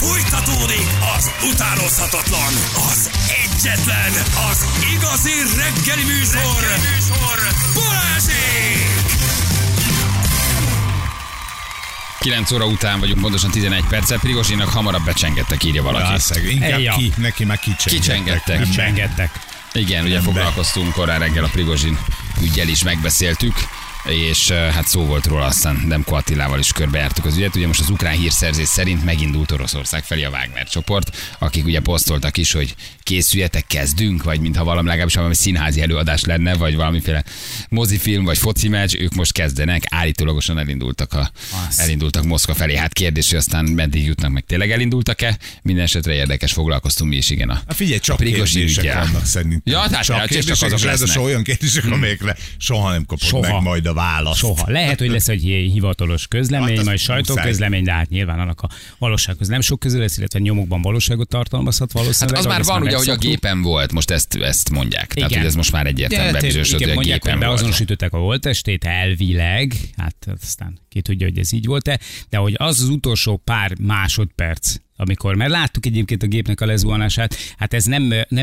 Fújtatódik az utánozhatatlan, az egyetlen, az igazi reggeli műsor, Balázsék! 9 óra után vagyunk, pontosan 11 perccel. Prigozsinnak hamarabb becsengettek, írja valaki. Inkább neki már Kicsengettek. Igen, ugye foglalkoztunk korán reggel a Prigozsin üggyel is megbeszéltük, és hát szó volt róla, aztán Demko Attilával is körbejártuk az ügyet. Ugye most az ukrán hírszerzés szerint megindult Oroszország felé a Wagner csoport, akik ugye posztoltak is, hogy készüljetek, kezdünk, vagy mintha valami legalábbis valami színházi előadás lenne, vagy valamiféle mozifilm, vagy foci meccs, ők most kezdenek, állítólagosan elindultak Moszkva felé. Hát kérdés, hogy aztán meddig jutnak meg, tényleg elindultak-e? Minden esetre érdekes, foglalkoztunk mi is, igen. Figyelj, csak kérdések vannak szerintem. Ja, csak kérdések azok lesznek. Olyan kérdések, amelyekre soha nem kapod meg majd a választ. Soha. Lehet, hogy lesz egy hivatalos közlemény, majd sajtóközlemény, de hát nyilván annak a valósághoz nem sok közül lesz, illetve nyomokban valóságot tartalmazhat valószínűleg. Hát az már van, ugye, hogy a gépen volt, most ezt mondják. Igen. Tehát, hogy ez most már egyértelműen bebizonyosodott, hogy a gépen volt. Beazonosították a holttestét elvileg, hát aztán ki tudja, hogy ez így volt-e, de hogy az utolsó pár másodperc, amikor, mert láttuk egyébként a gépnek a lezuhanását, hát ez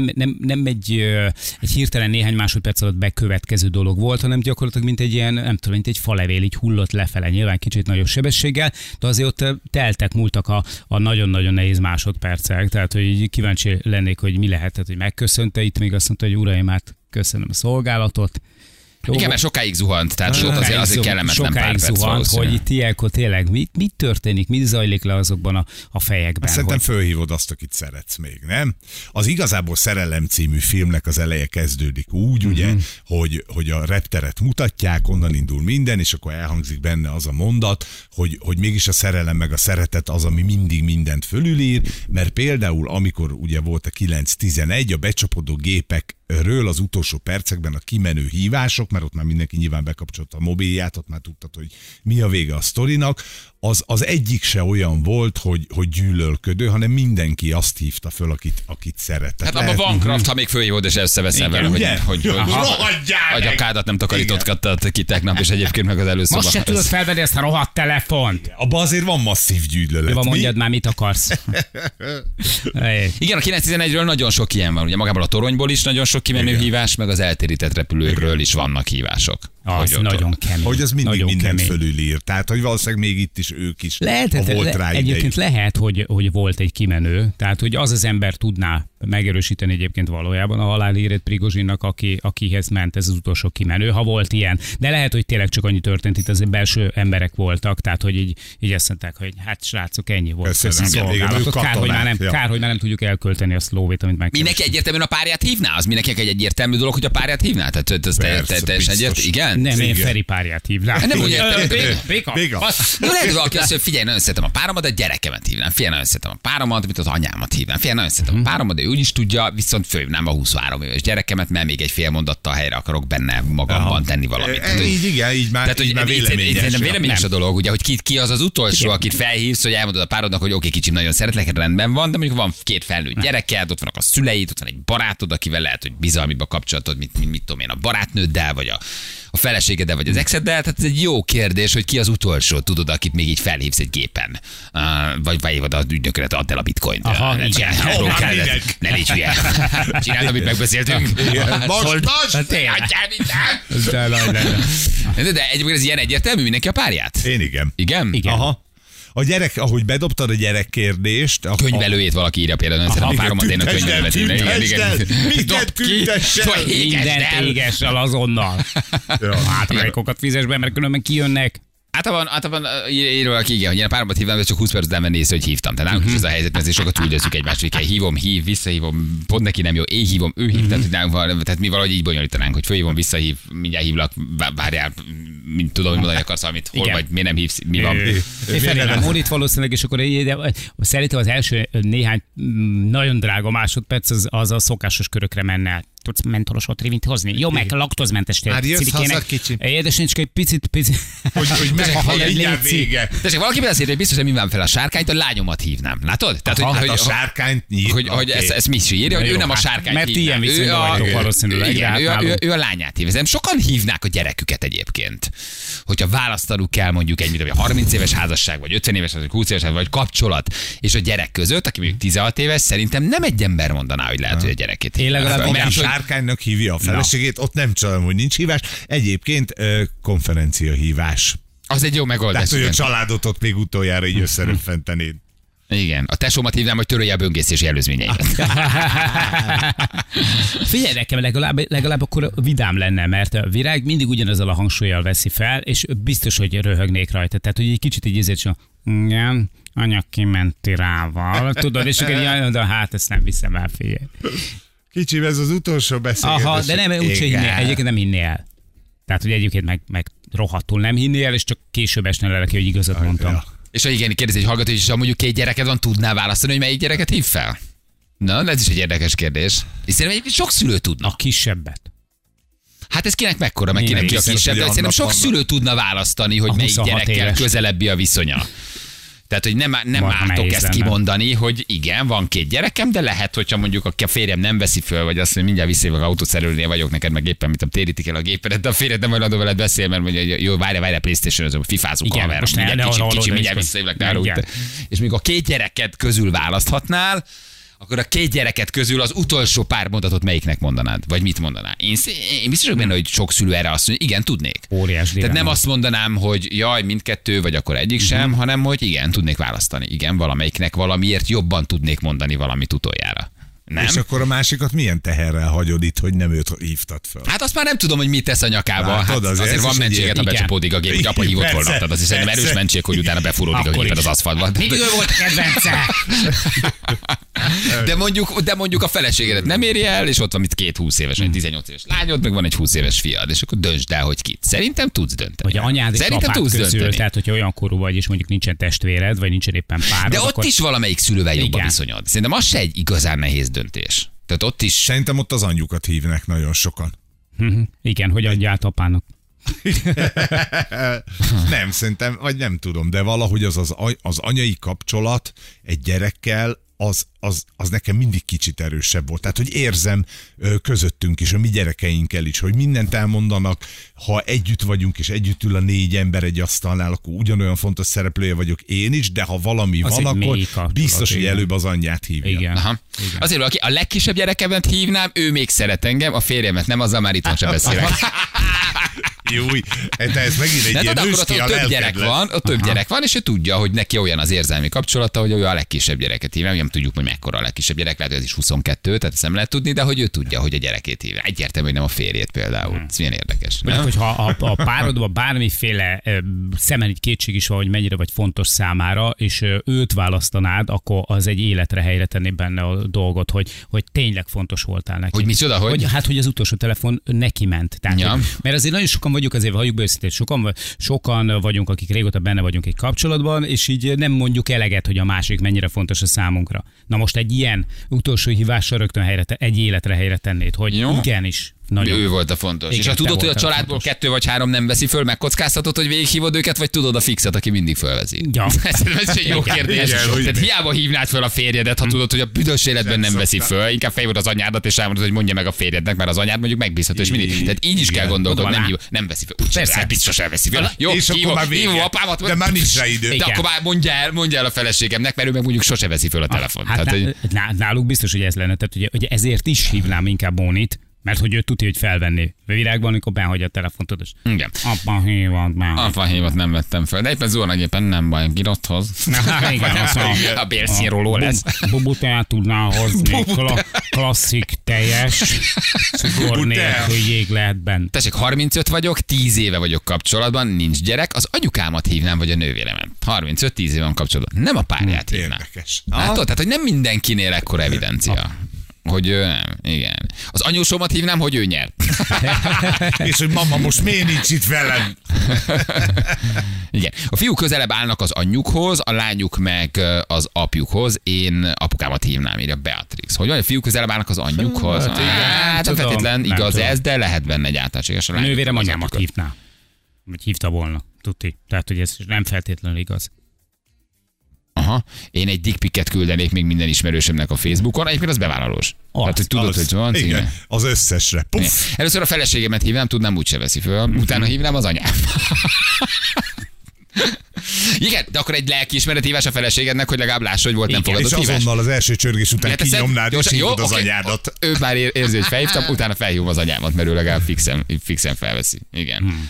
nem egy hirtelen néhány másodperc alatt bekövetkező dolog volt, hanem gyakorlatilag mint egy ilyen, nem tudom, mint egy falevél így hullott lefele, nyilván kicsit nagyobb sebességgel, de azért ott múltak a nagyon-nagyon nehéz másodpercek, tehát hogy kíváncsi lennék, hogy mi lehetett, hogy megköszönte itt, még azt mondta, hogy uraim, hát köszönöm a szolgálatot. Jó. Igen, mert sokáig zuhant, tehát azért kellemetlen pár perc zuhant, hogy itt ilyenkor tényleg mit történik, mit zajlik le azokban a fejekben. Szerintem fölhívod azt, akit szeretsz még, nem? Az igazából Szerelem című filmnek az eleje kezdődik úgy, ugye, hogy a repteret mutatják, onnan indul minden, és akkor elhangzik benne az a mondat, hogy mégis a szerelem meg a szeretet az, ami mindig mindent fölülír, mert például amikor ugye volt a 9-11, a becsapódó gépekről az utolsó percekben a kimenő hívások, mert ott már mindenki nyilván bekapcsolta a mobilját, ott már tudtad, hogy mi a vége a sztorinak, az egyik se olyan volt, hogy gyűlölködő, hanem mindenki azt hívta föl, akit szeretett. Hát abban van kraft, ha még fölhívod és összeveszel vele, hogy a kádat nem takarítottad ki tegnap, és egyébként meg az előszoba. Most se tudod felvenni ezt a rohadt telefont. Abban azért van masszív gyűlölet. Jó, mondjad már, mit akarsz. Igen, a 911-ről nagyon sok ilyen van. Ugye magából a toronyból is nagyon sok kimenő hívás, meg az eltérített repülőkről is vannak hívások. Az nagyon kemény. Hogy az mindig minden fölülír. Tehát, hogy valószínűleg még itt is ők is. Egyébként lehet, hogy volt egy kimenő, tehát hogy az ember tudná megerősíteni egyébként valójában a halálhírét Prigozsinnak, akihez ment ez az utolsó kimenő, ha volt ilyen. De lehet, hogy tényleg csak annyi történt, itt azért belső emberek voltak, tehát hogy így azt mondták, hogy hát srácok, ennyi volt. Kár, hogy már nem tudjuk elkölteni azt lóvét, amit meg. Mindenki egyértelműen a párját hívná? Az mindenki egy egyértelmű dolog, hogy a párját hívná? Tehát ez teljesen egyértelmű. Igen? Nem, én Feri párját hívnám. Nem úgy értem, Béka. Lehet, hogy valaki azt, hogy figyelj, nagyon szeretem a páromat, de gyerekemet hívnám. Figyelj, nagyon szeretem a páromat, mint az anyámat hívnám. Figyelj, nagyon szeretem a páromat, de ő úgy is tudja, viszont fölhívnám a 23 éves gyerekemet, mert még egy fél mondattal helyre akarok benne magamban tenni valamit. Így már véleményes a dolog, ugye, hogy ki az utolsó, akit felhívsz, hogy elmondod a párodnak, hogy oké, kicsim, nagyon szeretlek, rendben van, de mondjuk van két felnőtt gyereked, ott vannak a szüleid, ott van egy barátod, akivel lehet, hogy bizalmiba kapcsolatod, mit tudom én, a barátnőddel, vagy a feleségeddel, vagy az exeddel, tehát ez egy jó kérdés, hogy ki az utolsó, tudod, akit még így felhívsz egy gépen. Vagy beívod az ügynököret, add el a bitcoint. Aha, igen. Ne légy hülye. Csináld, amit megbeszéltünk. Most! De egyébként ez ilyen egyértelmű, mindenki a párját? Én igen. Igen? Aha. A gyerek, ahogy bedobtad a gyerekkérdést... Könyvelőjét valaki írja például, nem szeretem a páromat, én a könyvelővet írja. Mindent küldessel! Mindent égessel azonnal. Hátralékokat fizes be, mert különben kijönnek. Általában írva aki igen, hogy én a páromat hívnám, de csak 20 perc után venni észre, hogy hívtam. Tehát nálunk is ez a helyzet, mert sokat üldözzük egymást, hogy hívom, visszahívom, pont neki nem jó, én hívom, ő hív, tehát mi valahogy így bonyolítanánk, hogy fölhívom, visszahív, mindjárt hívlak, várjál, mint tudom, hogy mondani akarsz valamit, hol vagy, miért nem hívsz, mi van. Én itt valószínűleg, és akkor szerintem az első néhány nagyon drága másodperc az a szokásos körökre menne. tudsz mentolos otrivint hozni? Jó, meg laktózmentes Már jössz haza, kicsim. Édesanyicska, egy picit. Hogy mindjárt vége. Tessék, valaki beszélt, hogy biztos, hogy mi van fel a sárkányt, a lányomat hívnám. Látod? Tehát, A sárkányt hogy ezt mi is írja, hogy ő nem a sárkányt mert hívná. ilyen viszonyban vagytok valószínűleg. Igen, ő a lányát hívja. Sokan hívnák a gyereküket egyébként. Hogyha választanuk kell mondjuk egy 30 éves házasság, vagy 50 éves, vagy 20 éves, vagy kapcsolat, és a gyerek között, aki mondjuk 16 éves, szerintem nem egy ember mondaná, hogy lehet, hogy a gyerekét hívja. Én legalább a sárkánynak hívja a feleségét, ott nem csalom, hogy nincs hívás. Egyébként konferencia hívás. Az egy jó megoldás. Tehát, hogy a családot ott még utoljára így összeröffentenéd. Igen, a tesómat hívnám, hogy törölje a böngészési előzményeiket. Figyelj nekem, legalább akkor vidám lenne, mert a Virág mindig ugyanazzal a hangsúlyjal veszi fel, és biztos, hogy röhögnék rajta. Tehát, hogy egy kicsit így ezért sem, igen, anya kimenti rával, tudod, és akkor így, de hát ezt nem viszem el, figyelj. Kicsim, ez az utolsó beszélgetés. Aha, de nem, úgyse hinné, egyébként nem hinné el. Tehát, hogy egyébként meg rohadtul nem hinné el, és csak később esne le neki, hogy igazat mondtam. Ja. És ha igen, kérdezi egy hallgató, és ha mondjuk 2 gyereked van, tudnál választani, hogy melyik gyereket hív fel? Na, ez is egy érdekes kérdés. És szerintem egyébként sok szülő tudna. A kisebbet. Hát ez kinek mekkora, meg kinek ki a kisebb, de szerintem sok szülő tudna választani, hogy melyik gyerekkel éves. Közelebbi a viszonya. Tehát, hogy nem ártok ezt kimondani, hogy igen, van 2 gyerekem, de lehet, hogyha mondjuk a férjem nem veszi föl, vagy azt mondja, mindjárt visszajövök, autószerelőnél vagyok neked, meg éppen, mit térítik el a gépedet, de a férjed nem hajlandó veled beszél, mert mondja, jó, várj, PlayStation-özöm, fifázunk a haverra, mindjárt visszajövök, ne arra. És még a 2 gyereket közül választhatnál, akkor a 2 gyereket közül az utolsó pár mondatot melyiknek mondanád? Vagy mit mondanál? Én biztos vagyok benne, hogy sok szülő erre azt mondja, igen, tudnék. Óriás Tehát nem azt mondanám, hogy jaj, mindkettő, vagy akkor egyik sem, hanem hogy igen, tudnék választani. Igen, valamelyiknek valamiért jobban tudnék mondani valamit utoljára. Nem? És akkor a másikat milyen teherrel hagyod itt, hogy nem őt hívtad föl? Hát azt már nem tudom, hogy mit tesz a nyakába. Látod, hát azért van mentség, ha becsapódik a gép, hogy apa hívott volna. Tehát azért szerintem erős mentség, hogy utána befúródik a géped az aszfaltban. Mindig ő volt a kedvence. De mondjuk a feleségedet nem éri el, és ott van itt 2 20 éves, vagy 18 éves lányod, meg van egy 20 éves fiad, és akkor döntsd el, hogy kit. Szerintem tudsz dönteni. Vagy anyád és apád közül, tehát hogyha olyan korú vagy, és mondjuk nincsen testvéred, vagy nincsen éppen párod. De ott is valamelyik szülővel jobb a viszonyod. Szerintem az se egy igazán nehéz döntés. Tehát ott is... Szerintem ott az anyjukat hívnak nagyon sokan. Igen, hogy adja át apának. Nem, szerintem, vagy nem tudom, de valahogy az anyai kapcsolat egy gyerekkel, az nekem mindig kicsit erősebb volt. Tehát, hogy érzem közöttünk is, a mi gyerekeinkkel is, hogy mindent elmondanak, ha együtt vagyunk, és együtt ül a 4 ember egy asztalnál, akkor ugyanolyan fontos szereplője vagyok én is, de ha valami az van, akkor biztos, hogy előbb az anyját hívja. Igen. Aha. Igen. Azért, aki a legkisebb gyerekemet hívnám, ő még szeret engem, a férjemet nem, azzal már itthon sem beszélek. Jó, de ez megint egy ilyen őszki a több gyerek van, ott több gyerek van, és ő tudja, hogy neki olyan az érzelmi kapcsolata, hogy ő a legkisebb gyereket hívja. Nem tudjuk, hogy mekkora a legkisebb gyerek, lehet, hogy ez is 22, tehát ezt nem lehet tudni, de hogy ő tudja, hogy a gyerekét hívja. Egyértelmű, hogy nem a férjét például. Ez milyen érdekes. Mondjuk, hogyha a párodban bármiféle szemeli kétség is van, hogy mennyire vagy fontos számára, és őt választanád, akkor az egy életre helyre tenni benne a dolgot, hogy tényleg fontos voltál neki. Hogy micsoda, hogy? Hogy az utolsó telefon neki ment. Tehát, ja. Mert azért nagyon sokan vagyunk, azért halljuk be őszintén, sokan vagyunk, akik régóta benne vagyunk egy kapcsolatban, és így nem mondjuk eleget, hogy a másik mennyire fontos a számunkra. Na most egy ilyen utolsó hívással rögtön egy életre helyre tennéd, hogy igenis. Nagyon. Ő volt a fontos. Igen, és ha tudod, hogy a családból 2 vagy 3 nem veszi föl, megkockáztatod, hogy végighívod őket, vagy tudod a fixet, aki mindig fölveszi? Ja. Ez egy jó kérdés. Tehát hiába hívnád föl a férjedet, ha tudod, hogy a büdös életben nem veszi föl. Inkább fejvod az anyádat, és elmondod, hogy mondja meg a férjednek, mert az anyád mondjuk megbízható, és mindig. Tehát így is kell gondolkodni, nem veszi föl. Úgyse, biztos elveszi föl. Jó, hívom apámat, de már nincs rá idő. De akkor már mondja el a feleségemnek, mert ő meg mondjuk sose veszi föl a telefont. Náluk biztos, hogy ez lenne. Tehát hogy ezért is hívnám inkább Bónit. Mert hogy ő tudja, hogy felvenni. A Virágban, amikor behagyja a telefont, tudod. Igen. Apa hívott be. Apa hívott, nem vettem fel. De éppen zuhanagépen nem baj, Girotthoz. Igen, a bérszínróló lesz. Bubut el tudná hozni. Klasszik teljes. Cukor nélkül jég lehet bent. Tessék, 35 vagyok, 10 éve vagyok kapcsolatban, nincs gyerek, az anyukámat hívnám, vagy a nővéremet. 35-10 éve van kapcsolatban. Nem a párját hívnám. Érdekes. Látod? Tehát, hogy nem mindenkinél ekkora evidencia. hogy nem, igen. Az anyósomat hívnám, hogy ő nyer. És hogy mama, most miért nincs itt velem? Igen. A fiúk közelebb állnak az anyjukhoz, a lányuk meg az apjukhoz. Én apukámat hívnám, írja Beatrix. Hogy a fiúk közelebb állnak az anyjukhoz? Hát nem feltétlen igaz ez, de lehet benne egy általános. A nővérem anyámat hívná. Vagy hívta volna, tudti. Tehát, hogy ez nem feltétlenül igaz. Aha. Én egy dickpicket küldenék még minden ismerősömnek a Facebookon, egyébként az bevállalós. Tehát, hogy tudod, hogy van. Igen, az összesre. Puff. Először a feleségemet hívnám, tudnám, úgyse veszi föl. Utána hívnám az anyám. Igen, de akkor egy lelkiismeret hívás a feleségednek, hogy legalább láss, hogy volt nem fogadott hívás. És azonnal az első csörgés után kinyomnád, és hívod az anyádat. Ő már érzi, hogy felhívtam, utána felhívom az anyámat, mert ő legalább fixen felveszi. Igen.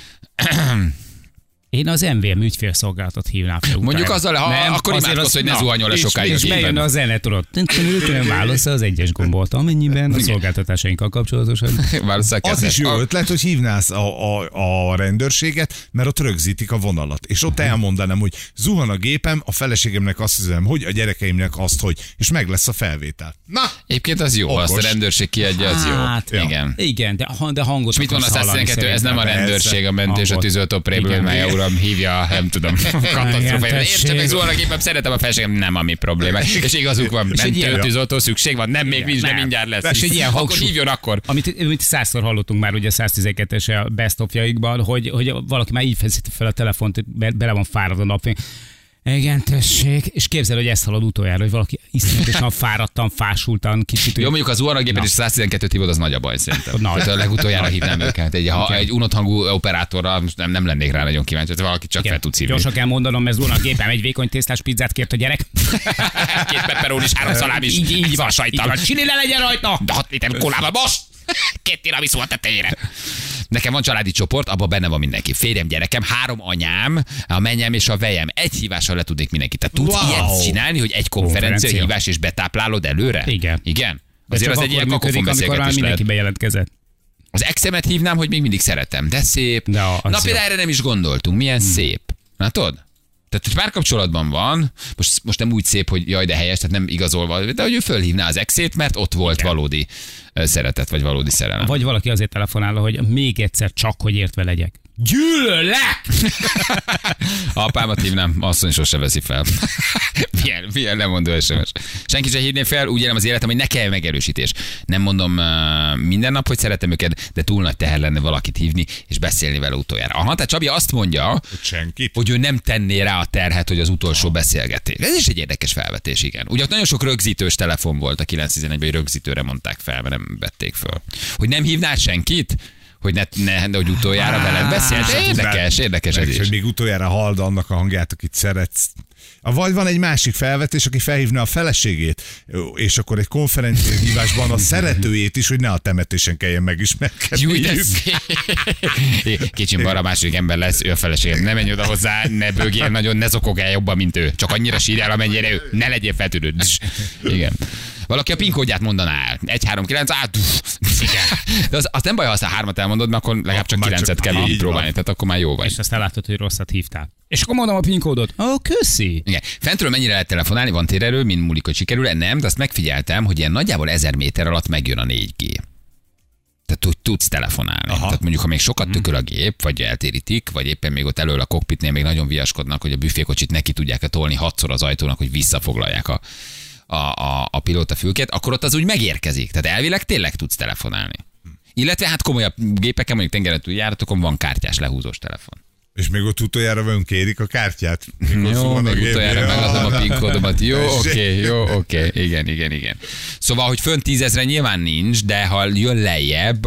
Én az MVM ügyfélszolgálatot hívnám fel. Mondjuk azzal, akkor imádkozz, hogy ne zuhanjon le sokáig. És bejön a zene, tudod. Nem válaszol az egyes gombolt, amennyiben a szolgáltatásainkkal kapcsolatosan. Az is jó ötlet, hogy hívnász a rendőrséget, mert ott rögzítik a vonalat. És ott elmondanám, hogy zuhan a gépem, a feleségemnek azt hiszem, hogy a gyerekeimnek azt, hogy, és meg lesz a felvétel. Na! Egyébként az jó, okos. Azt a rendőrség kiadja, az jó. Ja. Igen, de hangot. És mit van a 112? Ez nem a rendőrség, a mentés, a tűzoltó problémája, uram, hívja, nem tudom, katasztrófája. Értse meg, zuhan a gépem, szeretem a feleségem, nem a mi problémák. És igazuk van, mentőtűzoltó szükség van, nem még nincs, de mindjárt lesz. És egy ilyen akkor hívjon akkor. Amit 100-szor hallottunk már ugye a 112-es best of-jaikban, hogy valaki már így feszíti fel a telefont, bele van fárad a nap. Igen, tessék. És képzel, hogy ezt hallod utoljára, hogy valaki iszonyatosan fáradtan, fásultan, kicsit. Jó, mondjuk az zuhanógépet és 112-t hívod, az nagy a baj szerintem. Tehát a legutoljára hívnám őket. Egy unothangú operátorral nem lennék rá nagyon kíváncsi, hogy valaki csak fel tud hívni. Gyorsan kell mondanom, mert zuhanógépem egy vékony tésztás pizzát kért a gyerek. 2 pepperonis, 3 szalám is. Így van, sajtal. Csili le legyen rajta. De 6 liter kólával most. 2 tiramisu a tetejére. Nekem van családi csoport, abban benne van mindenki. Férjem, gyerekem, 3 anyám, a mennyem és a vejem. Egy hívással le tudnék mindenki. Tehát tudsz ilyet csinálni, hogy egy konferencia hívás és betáplálod előre? Igen. Igen? Azért az egy ilyen kakofonbeszélgetés mindenki bejelentkezett. Az exemet hívnám, hogy még mindig szeretem, de szép. Na például erre nem is gondoltunk. Milyen szép. Látod? Tehát, hogy párkapcsolatban van, most nem úgy szép, hogy jaj, de helyes, tehát nem igazolva, de hogy ő fölhívná az exét, mert ott volt valódi szeretet, vagy valódi szerelem. Vagy valaki azért telefonál, hogy még egyszer csak, hogy értve legyek. Gyűlölek! Apámat hívnám, asszony sose veszi fel. milyen lemondó SMS. Senki sem hívné fel, úgy élem az életem, hogy ne kell megerősítés. Nem mondom minden nap, hogy szeretem őket, de túl nagy teher lenne valakit hívni, és beszélni vele utoljára. Aha, tehát Csabi azt mondja, hogy ő nem tenné rá a terhet, hogy az utolsó beszélgetés. Ez is egy érdekes felvetés, igen. Ugye nagyon sok rögzítős telefon volt a 911-ben, hogy rögzítőre mondták fel, mert nem vették föl. Hogy nem hívnál senkit? Hogy hogy utoljára veled beszélsz. Érdekes ez is. Hogy még utoljára halld annak a hangját, akit szeretsz. Vagy van egy másik felvetés, aki felhívna a feleségét, és akkor egy konferenciahívásban a szeretőjét is, hogy ne a temetésen kelljen megismerkedniük. Kicsim balra másik ember lesz, ő a feleséged. Ne menj oda hozzá, ne bőgjél nagyon, ne zokogál jobban, mint ő. Csak annyira sírjál, amennyire ő. Ne legyél feltűnő. Igen. Valaki a PIN kódját mondaná el. 139, de az nem baj, ha azt a 3-at elmondod, mert akkor legalább csak 9-et kell így próbálni, tehát akkor már jó vagy. És azt látod, hogy rosszat hívtál. És akkor mondom a PIN kódot. Köszi. Igen. Fentről mennyire lehet telefonálni, van térerő, mint múlik, hogy sikerül-e? Nem, de azt megfigyeltem, hogy ilyen nagyjából 1000 méter alatt megjön a 4G. Tehát hogy tudsz telefonálni. Aha. Tehát mondjuk, ha még sokat tököl a gép, vagy eltérítik, vagy éppen még ott elől a kokpitnél még nagyon viaskodnak, hogy a büfékocsit neki tudják tolni 6-szor az ajtónak, hogy visszafoglalják a pilótafülkét, akkor ott az úgy megérkezik. Tehát elvileg tényleg tudsz telefonálni. Illetve hát komolyabb gépeken, mondjuk tengeren túl járatokon van kártyás lehúzós telefon. És még ott utoljára vajon kérik a kártyát? Jó, még utoljára megadom a PIN kódomat. Jó, oké. Igen. Szóval, hogy fönt 10 000 nyilván nincs, de ha jön lejjebb,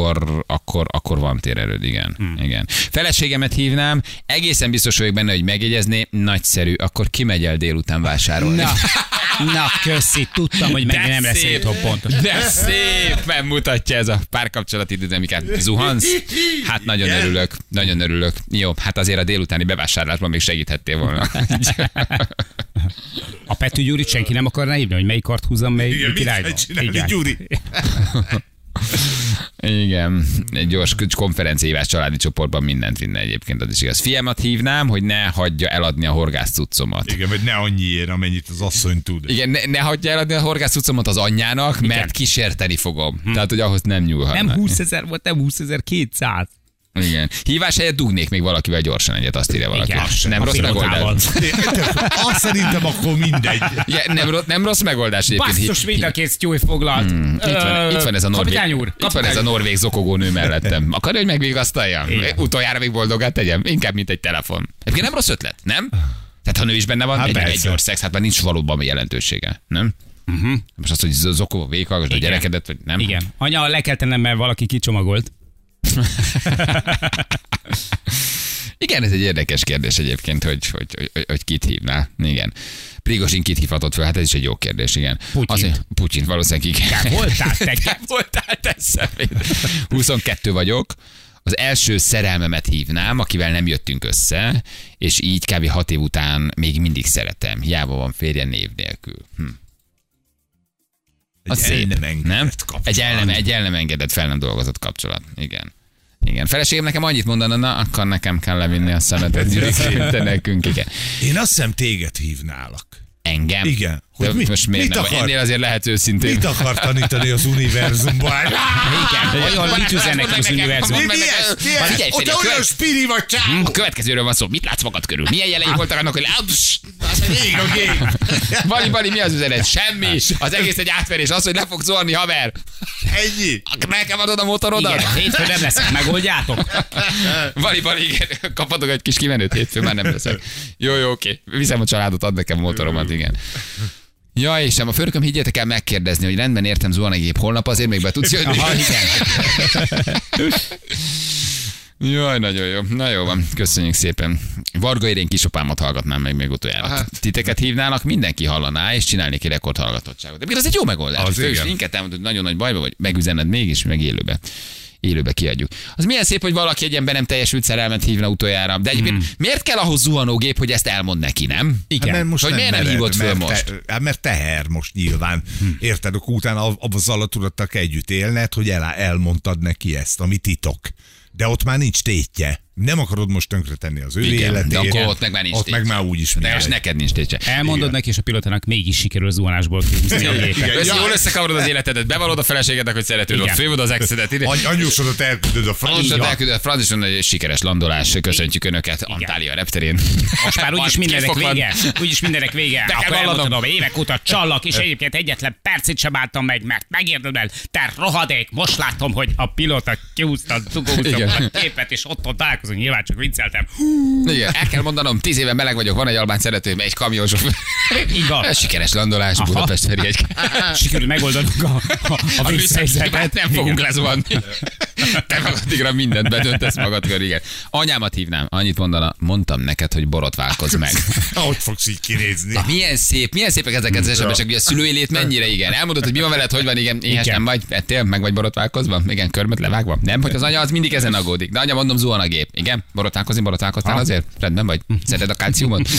akkor van térerőd, igen. Feleségemet hívnám, egészen biztos vagyok benne, hogy megjegyezné, nagyszerű, akkor kimegy el délután vásárolni. Na, köszi, tudtam, hogy megint nem lesz egy pontos. De szépen mutatja ez a párkapcsolati dinamikát. Zuhansz? Hát nagyon örülök. Jó, hát azért a délutáni bevásárlásban még segíthettél volna. A Pető Gyurit senki nem akarná hívni, hogy melyik kart húzzam, melyik királyban. Gyuri. Igen, egy gyors konferenciahívás családi csoportban mindent vinne egyébként, az is igaz. Fiamat hívnám, hogy ne hagyja eladni a horgászcuccomat. Igen, vagy ne annyiért, amennyit az asszony tud. Igen, ne hagyja eladni a horgászcuccomat az anyjának, mert kísérteni fogom. Tehát, hogy ahhoz nem nyúlhatnak. Nem 20 000 volt, nem 20.200. Igen. Hívás helyett dugnék még valakivel gyorsan egyet, azt írja valaki. Igen. Nem rossz megoldás. Azt szerintem akkor mindegy. Igen, nem rossz megoldás egyébként. Basszus, mind a két tyúj foglalt. Itt van ez a norvég. Kapitány úr. Itt van ez a norvég zokogó nő mellettem. Akarja, hogy megvigasztaljam? Utoljára még boldogát tegyem? Inkább, mint egy telefon. Egyébként nem rossz ötlet, nem? Tehát ha nő is benne van, egy gyors szex, hát már nincs valóban jelentősége, nem? Most azt, hogy zokogó véghallgass a gyerekedet, vagy nem? Igen. Anya, le kell tennem, mert valaki kicsomagolt. Igen, ez egy érdekes kérdés egyébként, hogy kit hívná. Igen. Prigozsin kit hívhatott föl? Hát ez is egy jó kérdés, igen. Putyin, valószínűleg igen. Voltál te szemét. 22 vagyok. Az első szerelmemet hívnám, akivel nem jöttünk össze, és így kb. 6 év után még mindig szeretem. Hiába van férje név nélkül. Az szép, nem? Egy el nem engedett, fel nem dolgozott kapcsolat. Igen. Igen. Feleségem nekem annyit mondana, na, akkor nekem kell levinni a szemetet. Gyűjteni nekünk, igen. Én azt hiszem téged hívnálak. Engem? Igen. Hogy most miért nem? Ennél azért lehet őszintén. Mit akar tanítani az univerzumban? Igen. Olyan mit üzen nekem az univerzumban? Te olyan spiri vagy csávó. A következőről van szó. Mit látsz magad körül? Milyen jelei voltak annak, hogy Ég a gép. Bali, mi az üzenet? Semmi. Az egész egy átverés. Az, hogy le fog szólni, haver. Ennyi. Nekem adod a motorodat? Igen, hétfő nem leszek, megoldjátok. Bali, igen. Kapatok egy kis kimenőt, hétfő már nem leszek. Jó, oké. Viszem a családot, ad nekem a motoromat, igen. Ja, és a főnököm, higgyétek el megkérdezni, hogy rendben értem zuhanygép holnap, azért még be tudsz jönni. Aha, igen. Jaj, nagyon jó. Na jó van, köszönjük szépen. Varga Irén kisapámat hallgatnám meg még utoljára. Aha. Titeket hívnának, mindenki hallaná, és csinálnék egy rekordhallgatottságot. De az egy jó megoldás. Fős, minket elmondod, hogy nagyon nagy bajba vagy, megüzened mégis, meg élőbe kiadjuk. Az milyen szép, hogy valaki egy be nem teljesült szerelmet hívna utoljára. De egyébként miért kell ahhoz zuhanógép, hogy ezt elmond neki, nem? Igen. Hát most hogy miért nem hívott föl most? Mert teher most nyilván. Érted, akkor utána az alatt együtt élned, hogy elmondtad neki ezt, ami titok. De ott már nincs tétje. Nem akarod most tönkretenni az ő életét. De akkor ott meg már nincs tétje. Ott meg már úgyis. De és neked nincs tétje. Elmondod neki, és a pilotának mégis sikerül zuhanásból kihúzni a gépet. Jól összekavarod az életedet, bevallod a feleségednek, hogy szeretőd, ott fővod az exedet. Anyósodat elküldöd a francia. És egy sikeres landolás. Köszöntjük Önöket Antália repterén. Most már úgyis mindenek vége. Akkor elmondom, évek óta csallak, és egyébként egyetlen percet sem álltam meg, mert megérded el, te rohadék, most látom, hogy a pilóta kihúzta a képet, és otthon találkozunk. Nyilván csak vicceltem. Igen, el kell mondanom, 10 éve meleg vagyok, van egy albán szeretőm, egy kamionsofőr. Így van. Sikeres landolás, Budapest felé egy. Sikerül megoldanunk a vészhelyzetet. Nem fogunk lezuhanni. Te magadra mindent bedöntesz magadkör, igen. Anyámat hívnám, annyit mondtam neked, hogy borotválkozz meg. Ahogy fogsz így kinézni. Milyen szépek ezek az események, ugye a szülői lét mennyire, igen. Elmondod, hogy mi van veled, hogy van, igen, éhes nem vagy, ettél, meg vagy borotválkozva, igen, körmöt levágva. Nem, hogy az anya az mindig ezen aggódik. De anya, mondom, zuhan a gép. Igen, borotválkoztál azért? Rendben vagy? Szereted a kalciumot?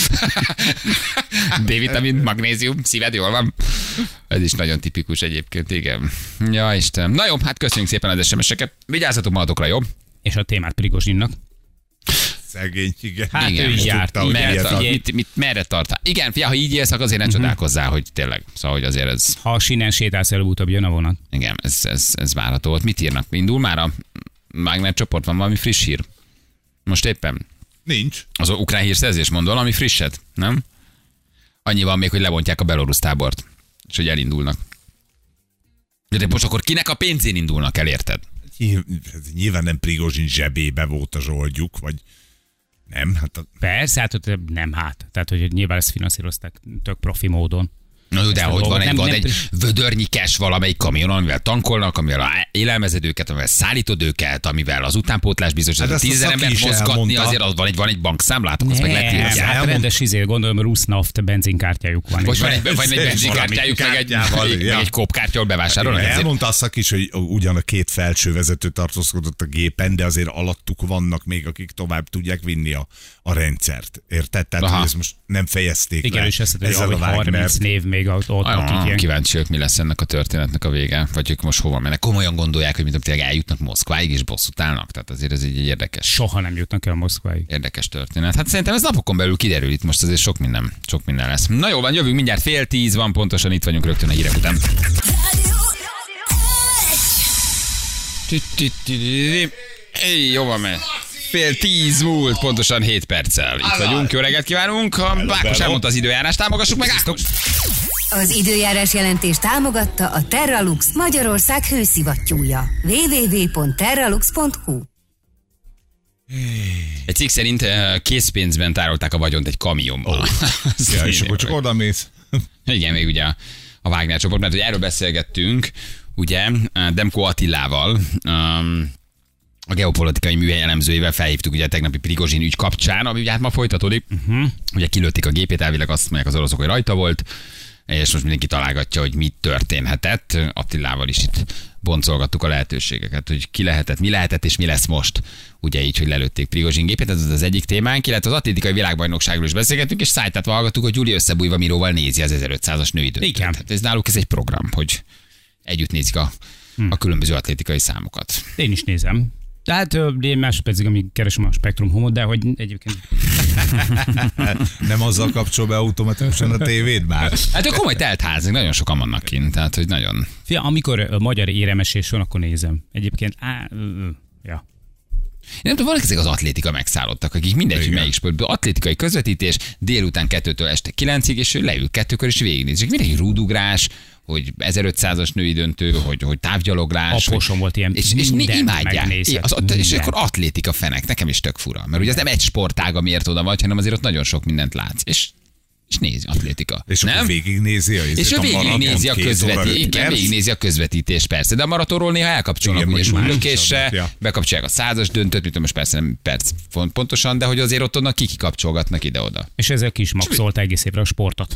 D-vitamin, magnézium, szíved jól van? Ez is nagyon tipikus egyébként, igen. Ja, Istenem. Na jó, hát köszönjük szépen az SMS-eket. Vigyázzatok magatokra, jó? És a témát Prigozsinnak. Szegény, igen. Hát igen, ő is járt. Merre tart? Igen, fia, ha így élsz, akkor azért ne csodálkozzál, hogy tényleg. Szóval, hogy azért ez... Ha a sínen sétálsz, előbb-utóbb jön a vonat. Igen, ez várható. Ott mit írnak? Indul már a Magnet csoport, van valami friss hír? Most éppen? Nincs. Az ukrán hírszerzés mond valami frisset, nem? Annyi van még, hogy lebontják a belorusz tábort, és hogy elindulnak. De most akkor kinek a pénzén indulnak el, érted? Nyilván nem Prigozsin zsebébe volt a zsoldjuk, vagy nem? Persze, nem Tehát, hogy nyilván ezt finanszírozták tök profi módon. Na, de hogy van egy vödörnyi cash valamelyik kamion, amivel tankolnak, amivel élelmezed őket, amivel szállítod őket, amivel az utánpótlás biztosítod. 10 000 embert mozgatni, azért az van egy bankszámlátok, azt meg lehet írni. Hát rendes gondolom, Rusnaft benzinkártyájuk van. Vagy van egy benzinkártyájuk, meg egy kópkártyával bevásárolnak. Elmondta a szak is, hogy ugyan a két felső vezető tartózkodott a gépen, de azért alattuk vannak még, akik tovább tudják vinni a rendszert. Érted? Tehát, hogy ezt most nem fejezték le. Igen, és ezt hogy 30 név még sokáig ott akik ilyen. Kíváncsiak, mi lesz ennek a történetnek a vége, vagy ők most hova mennek. Komolyan gondolják, hogy mint tényleg eljutnak Moszkváig és bosszút állnak, tehát azért ez egy érdekes. Soha nem jutnak el Moszkváig. Érdekes történet. Hát szerintem ez napokon belül kiderül, itt most azért sok minden lesz. Na jó van, jövünk mindjárt 9:10 van, pontosan itt vagyunk rögtön a hírek után. Jó van, mert 9:10 múlt, pontosan 7 perccel. Itt vagyunk, jó reggelt kívánunk. Ákos elmondta az időjárás, támogassuk meg Ákos! Az időjárás jelentés támogatta a Terralux Magyarország hőszivattyúja. www.terralux.hu. Egy cikk szerint készpénzben tárolták a vagyont egy kamionban. Ja, és akkor csak oda mész. Igen, még ugye a Wagner csoport, mert ugye erről beszélgettünk, ugye Demko Attilával, a geopolitikai műhely elemzőjével felhívtuk ugye a tegnapi Prigozsin ügy kapcsán, ami ugye hát ma folytatódik. Ugye kilőtték a gépét, elvileg azt mondják az oroszok, hogy rajta volt, és most mindenki találgatja, hogy mi történhetett. Attilával is itt boncolgattuk a lehetőségeket, hogy ki lehetett, mi lehetett, és mi lesz most. Ugye így, hogy lelőtték Prigozsin gépét, ez az egyik témánk, illetve az atlétikai világbajnokságról is beszélgettünk, és szájtátva hallgattuk, hogy Gyuri összebújva Miróval nézi az 1500-as női döntőt. Igen. Hát ez náluk ez egy program, hogy együtt nézik a különböző atlétikai számokat. Én is nézem. Tehát én másodpercig, amíg keresem a Spektrum Homot, de hogy egyébként... Nem azzal kapcsol be automatikusan a tévéd már? Hát a komoly teltház, nagyon sokan vannak kint, tehát hogy nagyon... Fia, amikor a magyar éremesés van, akkor nézem. Egyébként, ja. Én nem tudom, vannak ezek az atlétika megszállottak, akik mindegy, hogy melyik sportban. Atlétikai közvetítés délután 2-től este 9-ig, és ő leül 2-kor és végignézik. Mindenki rúdugrás, hogy 1500-as női döntő, hogy távgyaloglás. Aposom volt ilyen, és imádják. És akkor atlétika fenek, nekem is tök fura. Mert ugye ez nem egy sportág, amiért oda vagy, hanem azért ott nagyon sok mindent látsz. És nézi atlétika. És akkor végignézi és ő végignézi a végignézi a közvetítés, persze. De a maratonról néha elkapcsolnak, ugye súlylökésre, bekapcsolják a 100-as döntőt, mint most persze nem perc pontosan, de hogy azért ott onnan kikapcsolgatnak ide-oda. És ezek is maxolta egész évre a sportot.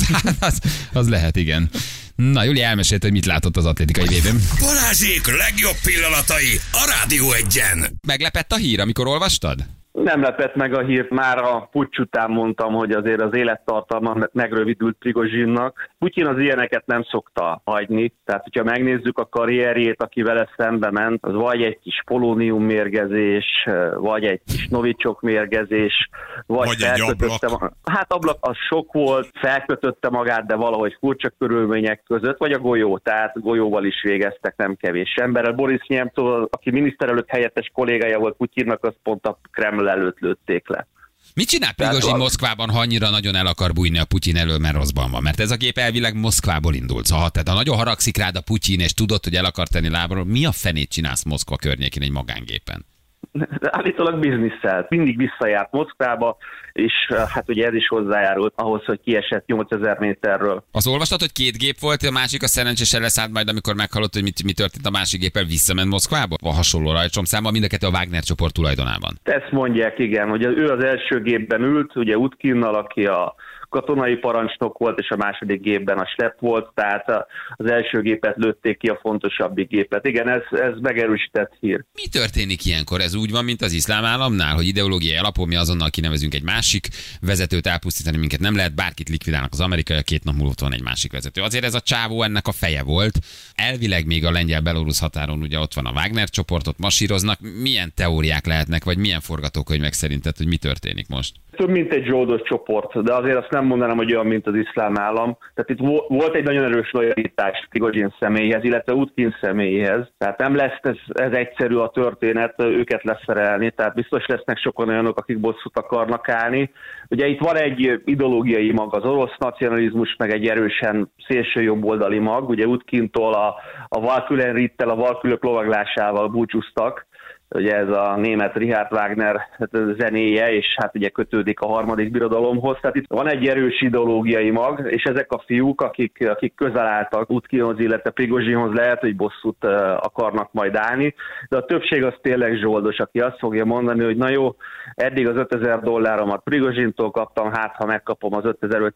az lehet, igen. Na, Júli elmesélte, hogy mit látott az atlétikai védőn. Balázsék legjobb pillanatai a Rádió 1-en. Meglepett a hír, amikor olvastad? Nem lepett meg a hírt, már a puccs után mondtam, hogy azért az élettartalma megrövidült Prigozsinnak. Putyin az ilyeneket nem szokta hagyni, tehát hogyha megnézzük a karrierjét, aki vele szembe ment, az vagy egy kis polónium mérgezés, vagy egy kis novicsok mérgezés, vagy egy ablak. Hát ablak az sok volt, felkötötte magát, de valahogy furcsa körülmények között, vagy a golyó, tehát golyóval is végeztek nem kevés emberrel. Boris Nemcov, aki miniszterelnök helyettes kollégája volt Putyinnak, az pont a Kreml előtt lőtték le. Mit csinál Prigozsin Moszkvában, ha annyira nagyon el akar bújni a Putyin elől, mert rosszban van? Mert ez a gép elvileg Moszkvából indult. Szóval, tehát ha nagyon haragszik rád a Putyin, és tudod, hogy el akar tenni lábról, mi a fenét csinálsz Moszkva környékén egy magángépen? De állítólag bizniszelt. Mindig visszajárt Moszkvába, és hát ugye ez is hozzájárult ahhoz, hogy kiesett 8000 méterről. Az olvastad, hogy 2 gép volt, a másik a szerencsésen leszállt, majd amikor meghallott, hogy mi történt a másik géppel, visszament Moszkvába? A hasonló rajtszomszámmal, mind a kettő a Wagner csoport tulajdonában. Ezt mondják, igen, hogy ő az első gépben ült, ugye Utkinnal, aki a katonai parancsnok volt, és a második gépben a Slepp volt, tehát az első gépet lőtték ki, a fontosabbik gépet. Igen, ez megerősített hír. Mi történik ilyenkor? Ez úgy van, mint az iszlám államnál, hogy ideológiai alapon mi azonnal kinevezünk egy másik vezetőt, elpusztítani minket nem lehet, bárkit likvidálnak az amerikaiak, 2 nap múlva van egy másik vezető. Azért ez a csávó ennek a feje volt. Elvileg még a lengyel-belorusz határon ugye ott van a Wagner csoport, ott masíroznak. Milyen teóriák lehetnek, vagy milyen forgatókönyvek szerinted, hogy mi történik most? Több mint egy zsoldos csoport, de azért azt nem mondanám, hogy olyan, mint az iszlám állam. Tehát itt volt egy nagyon erős lojalitás Prigozsin személyhez, illetve Utkin személyhez. Tehát nem lesz ez egyszerű a történet őket leszerelni, tehát biztos lesznek sokan olyanok, akik bosszút akarnak állni. Ugye itt van egy ideológiai mag, az orosz nacionalizmus, meg egy erősen szélső jobboldali mag. Ugye Utkintól a Valkülenrittel, a Valkülök lovaglásával búcsúztak. Ugye ez a német Richard Wagner zenéje, és hát ugye kötődik a harmadik birodalomhoz. Tehát itt van egy erős ideológiai mag, és ezek a fiúk, akik közel álltak Utkinhoz, illetve Prigozsinhoz, lehet, hogy bosszút akarnak majd állni, de a többség az tényleg zsoldos, aki azt fogja mondani, hogy na jó, eddig az $5000 Prigozsintól kaptam, hát ha megkapom az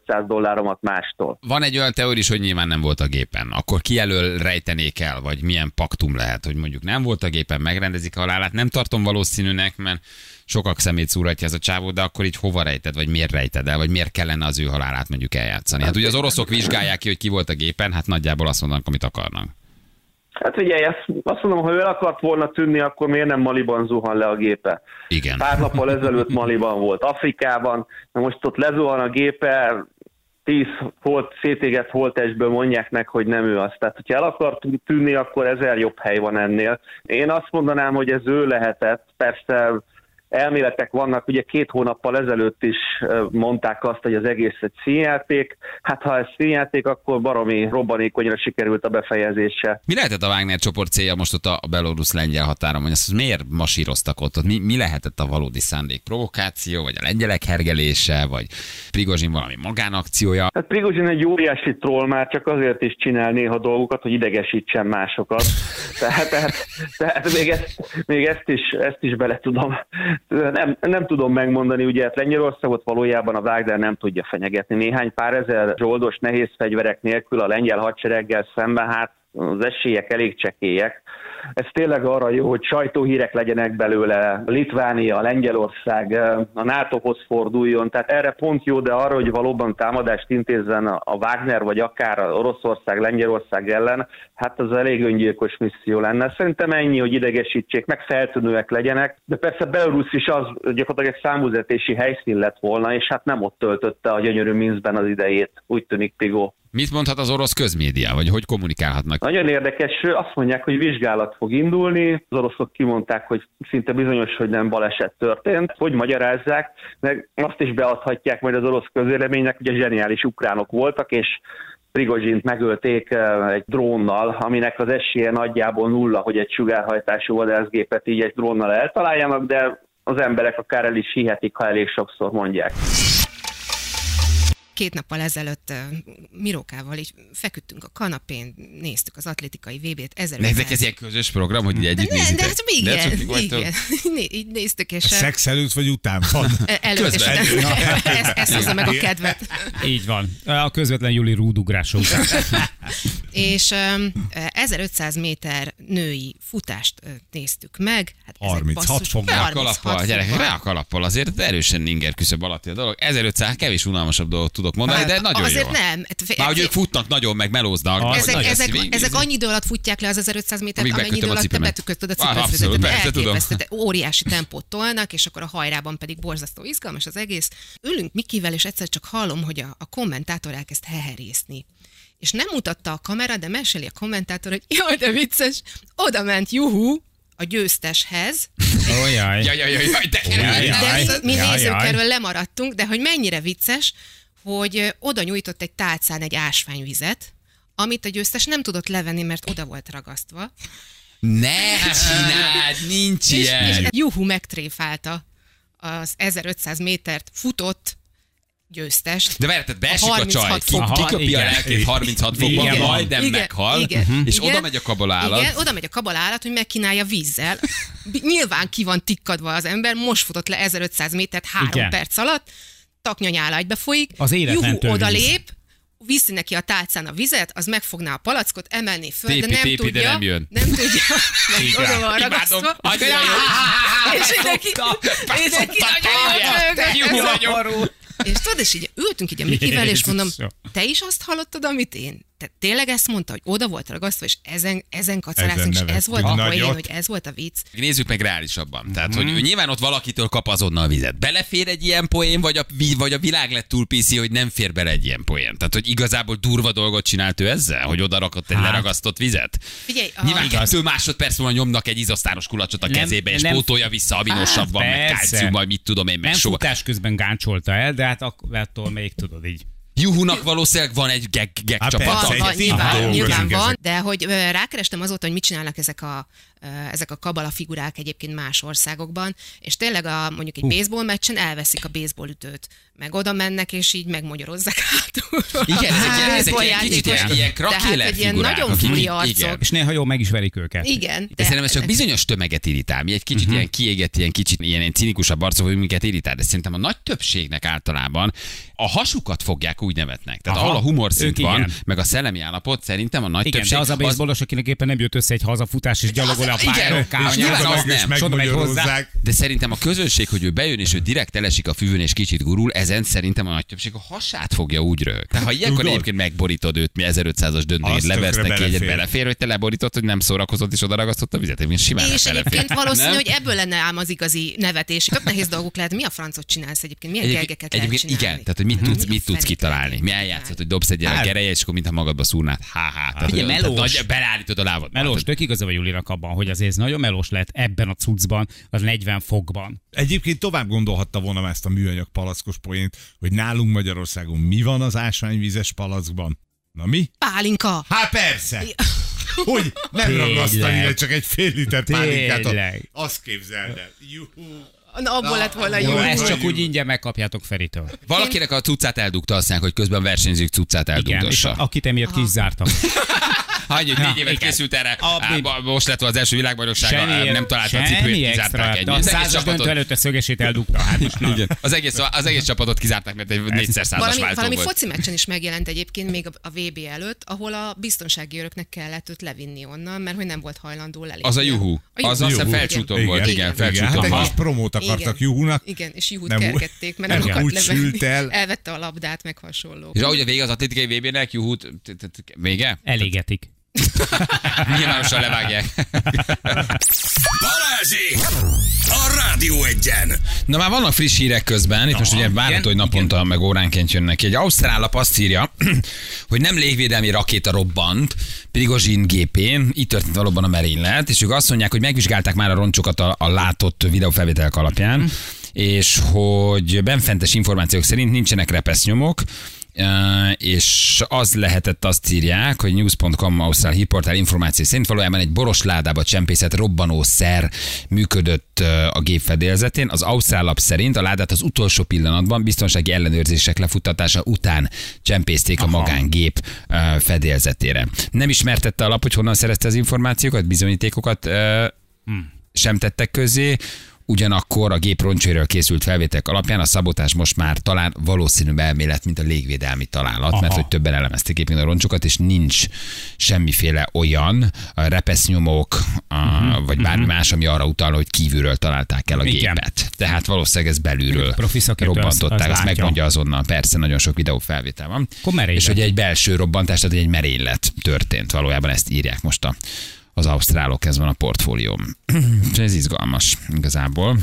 $5500 mástól. Van egy olyan teória is, hogy nyilván nem volt a gépen. Akkor ki elől rejtenék el, vagy milyen paktum lehet, hogy mondjuk nem volt a gépen, megrendezik a halálát, halálát nem tartom valószínűnek, mert sokak szemét szúrhatja ez a csávó, de akkor így hova rejted, vagy miért rejted el, vagy miért kellene az ő halálát mondjuk eljátszani? Hát ugye az oroszok vizsgálják ki, hogy ki volt a gépen, hát nagyjából azt mondanak, amit akarnak. Hát ugye, azt mondom, ha ő el akart volna tűnni, akkor miért nem Maliban zuhan le a gépe? Igen. Pár nappal ezelőtt Maliban volt, Afrikában, na most ott lezuhan a gépe, 10 szétégett holttestből mondják meg, hogy nem ő az. Tehát, hogyha el akart tűnni, akkor 1000 jobb hely van ennél. Én azt mondanám, hogy ez ő lehetett. Persze elméletek vannak, ugye 2 hónappal ezelőtt is mondták azt, hogy az egész egy színjáték. Hát ha ez színjáték, akkor baromi robbanékonyra sikerült a befejezése. Mi lehetett a Wagner csoport célja most ott a belorusz-lengyel határon? Hogy ezt miért masíroztak ott? Mi lehetett a valódi szándék? Provokáció, vagy a lengyelek hergelése, vagy Prigozsin valami magánakciója? Hát Prigozsin egy óriási troll, már csak azért is csinál néha dolgokat, hogy idegesítsen másokat. Tehát még ezt is bele tudom. Nem tudom megmondani, ugye hát Lengyelországot valójában a Wagner nem tudja fenyegetni. Néhány pár ezer zsoldos nehéz fegyverek nélkül a lengyel hadsereggel szemben, hát az esélyek elég csekélyek. Ez tényleg arra jó, hogy sajtóhírek legyenek belőle, Litvánia, Lengyelország a NATO-hoz forduljon, tehát erre pont jó, de arra, hogy valóban támadást intézzen a Wagner, vagy akár a Oroszország, Lengyelország ellen, hát az elég öngyilkos misszió lenne. Szerintem ennyi, hogy idegesítsék, meg feltűnőek legyenek, de persze Belarus is az gyakorlatilag egy számúzetési helyszín lett volna, és hát nem ott töltötte a gyönyörű Minszkben az idejét, úgy tűnik Pigó. Mit mondhat az orosz közmédia, vagy hogy kommunikálhatnak? Nagyon érdekes, azt mondják, hogy vizsgálat fog indulni, az oroszok kimondták, hogy szinte bizonyos, hogy nem baleset történt. Hogy magyarázzák, meg azt is beadhatják majd az orosz közvéleménynek, hogy a zseniális ukránok voltak, és Prigozsint megölték egy drónnal, aminek az esélye nagyjából 0, hogy egy sugárhajtású vadászgépet így egy drónnal eltaláljanak, de az emberek akár el is hihetik, ha elég sokszor mondják. 2 nappal ezelőtt Mirókával így feküdtünk a kanapén, néztük az atlétikai VB-t. Nektek ez ilyen közös program, hogy így együtt nézitek? De igen. Így néztük, és... Szex előtt vagy után van? Előtt, és ezt hozza meg a kedvet. Így van. A közvetlen Juli rúdugrások. És 1500 méter női futást néztük meg. Hát 36 fok. Reak kalappal, azért erősen inger küszöb alatti a dolog. 1500 kevés unalmasabb dolgot tudok mondani, de nagyon azért jó. Nem. Már hogy ők futnak nagyon, meg melóznak. Ezek annyi idő alatt futják le az 1500 métert, amennyi idő alatt te betüközted a cipőt. Elképesztő, óriási tempót tolnak, és akkor a hajrában pedig borzasztó izgalmas az egész. Ülünk Mikivel, és egyszer csak hallom, hogy a kommentátor elkezd heherészni. És nem mutatta a kamera, de meséli a kommentátor, hogy jaj, de vicces, oda ment Juhu a győzteshez. Jaj, de mi nézők erről lemaradtunk, de hogy mennyire vicces, hogy oda nyújtott egy tálcán egy ásványvizet, amit a győztes nem tudott levenni, mert oda volt ragasztva. Ne csináld, nincs ilyen! És Juhu megtréfálta az 1500 métert futott győztest. De várj, tehát beesik a csaj, kiköpi a lelkét 36 fokban, majdnem meghal, és oda megy a kabalálat. Igen, oda megy a kabalálat, hogy megkínálja vízzel. Nyilván ki van tikkadva az ember, most futott le 1500 métert 3 perc alatt, taknyanyálágyba folyik, Juhu odalép, viszi neki a tálcán a vizet, az megfogná a palackot, emelné föl, de nem tudja. De nem jön. Nem tudja, mert oda van ragasztva. És mindenki nagyon jó. És tudod, és így ültünk így a Mikivel, és mondom, te is azt hallottad, amit én? Te tényleg ezt mondta, hogy oda volt ragasztva, és ezen kacaráztunk, és ez volt a poén, hogy ez volt a vicc. Nézzük meg reálisabban. Tehát, hogy nyilván ott valakitől kap azonnal vizet. Belefér egy ilyen poén, vagy a világ lett túl PC, hogy nem fér bele egy ilyen poén. Tehát, hogy igazából durva dolgot csinált ő ezzel, hogy oda rakott egy leragasztott vizet. Figyelj, nyilván 2 másodperc múlva nyomnak egy izosztáros kulacsot a kezébe, és pótolja vissza aminosabban, meg kálciummal, mit tudom én, meg nem futás közben gáncsolta el, de hát attól még tudod így. Juhunak valószínűleg van egy gag csapata. Nyilván van, de hogy rákerestem azóta, hogy mit csinálnak ezek a kabala figurák egyébként más országokban, és tényleg mondjuk egy baseball meccsen elveszik a baseball ütőt, meg oda mennek, és így megmagyorozzák hátul. Igen, ezek egy kicsit ilyen krakéler figurák. Nagyon furi arcok. És néha jól meg is verik őket. Igen. De szerintem ez csak bizonyos tömeget irritál. Mi egy kicsit ilyen kiégett, ilyen kicsit ilyen cinikusabb arcok, hogy minket irritál. De szerintem a nagy többségnek általában a hasukat fogják úgy nevetnek. Tehát ahol a humorszint van, meg a szellemi állapot, szerintem a nagy többség. De az a baseballos, akinek éppen nem jött össze egy hazafutás, és gyalogol a Igen, pályárokkal. és nyilván az nem. És megmagyarozzák. De szerintem a közönség, hogy ő bejön, és ő direkt elesik a füvön, és kicsit gurul, ezen szerintem a nagy többség a hasát fogja úgy rög. Tehát ha ilyenkor Tudod? egyébként megborítod őt, mi 1500-as döntőjét Az levesznek tökre ki, egyet belefér. belefér, hogy te leborított, hogy nem szórakozott, és oda ragasztott a vizet, én simán És belefér. egyébként valószínű, Nem? hogy ebből lenne ám az igazi nevetés. Tök nehéz dolgok lehet. Mi a francot csinálsz egyébként? Milyen gergeket lehet Egyébként csinálni? igen, tehát hogy mit Mi a tudsz fenét kitalálni. lehet Mi csinálni? eljátszod, hogy dobsz egy gyerek Hát- gereje, és akkor mintha magadba szúrnád. Tehát, Figyelj, hogy- melós. tehát beállítod a lábad. Melós, tök igaza vagy Julinak abban, hogy azért ez nagyon melós lehet ebben a cuccban, az 40 fokban. Egyébként tovább gondolhatta volna ezt a műanyag palackos poént, hogy nálunk Magyarországon mi van az ásványvízes palackban? Na mi? Pálinka! Hát persze! Hogy nem Tényleg. ragasztani le csak egy fél liter pálinkát. Tényleg. Azt képzeld el. Juhú. Na, abból lett volna Jó, jó. ezt csak úgy ingyen megkapjátok Feritől. Valakinek a cuccát eldugta, aztán, hogy közben versenyzők cuccát Igen, és eldugtassa. akit emiatt ki is zártak. Hagyj, hogy 4 évet igen. készült erre. A- Most lett az első világbajnoksága, nem találta a cipőt, kizárták egy. De a Az egész 100-as döntő csapatot. előtt a szögesét eldugta. Hát most na. Igen. Az egész csapatot kizárták, mert egy 4x100-as Valami váltó volt. foci meccsen is megjelent egyébként még a VB előtt, ahol a biztonsági őröknek kellett őt levinni onnan, mert hogy nem volt hajlandó lelépni. Az a juhu. Az azt hiszem Igen. felcsúton volt, igen, Hát felcsúton egy volt. kis promót akartak Juhunak. Igen, és Juhut Nem úgy- kergették, mert nem nem akart úgy levenni. sült el. Elvette a labdát, meg hasonló. És ahogy a vége az atlétikai VB-nek, juhút, vége? Elégetik. Nyilvánosan levágják. Balázsék! A Rádió Egyen! Na már vannak friss hírek közben, itt most ugye várható, hogy naponta meg óránként jönnek ki. Egy ausztrál lap azt írja, hogy nem légvédelmi rakéta robbant Prigozsin gépén, itt történt valóban a merénylet, és ők azt mondják, hogy megvizsgálták már a roncsokat a látott videófelvételek alapján, és hogy benfentes információk szerint nincsenek repesznyomok, és az lehetett, azt írják, hogy news.com ausztrál hírportál információ szerint valójában egy boros ládába csempészett robbanószer működött a gép fedélzetén. Az ausztrál lap szerint a ládát az utolsó pillanatban biztonsági ellenőrzések lefuttatása után csempészték a magángép fedélzetére. Nem ismertette a lap, hogy honnan szerezte az információkat, bizonyítékokat sem tettek közzé. Ugyanakkor a gép roncsairól készült felvételek alapján a szabotás most már talán valószínűbb elmélet, mint a légvédelmi találat, mert hogy többen elemezték éppen a roncsokat, és nincs semmiféle olyan repesznyomok, vagy bármi más, ami arra utalna, hogy kívülről találták el a Igen. gépet. Tehát valószínűleg ez belülről Profi szakértő robbantották, azt azt látja. megmondja azonnal. Persze, nagyon sok videófelvétel van. Akkor merénylet. És hogy egy belső robbantás, tehát egy merénylet történt. Valójában ezt írják most az ausztrálok, ez van a portfólióm. Ez izgalmas igazából.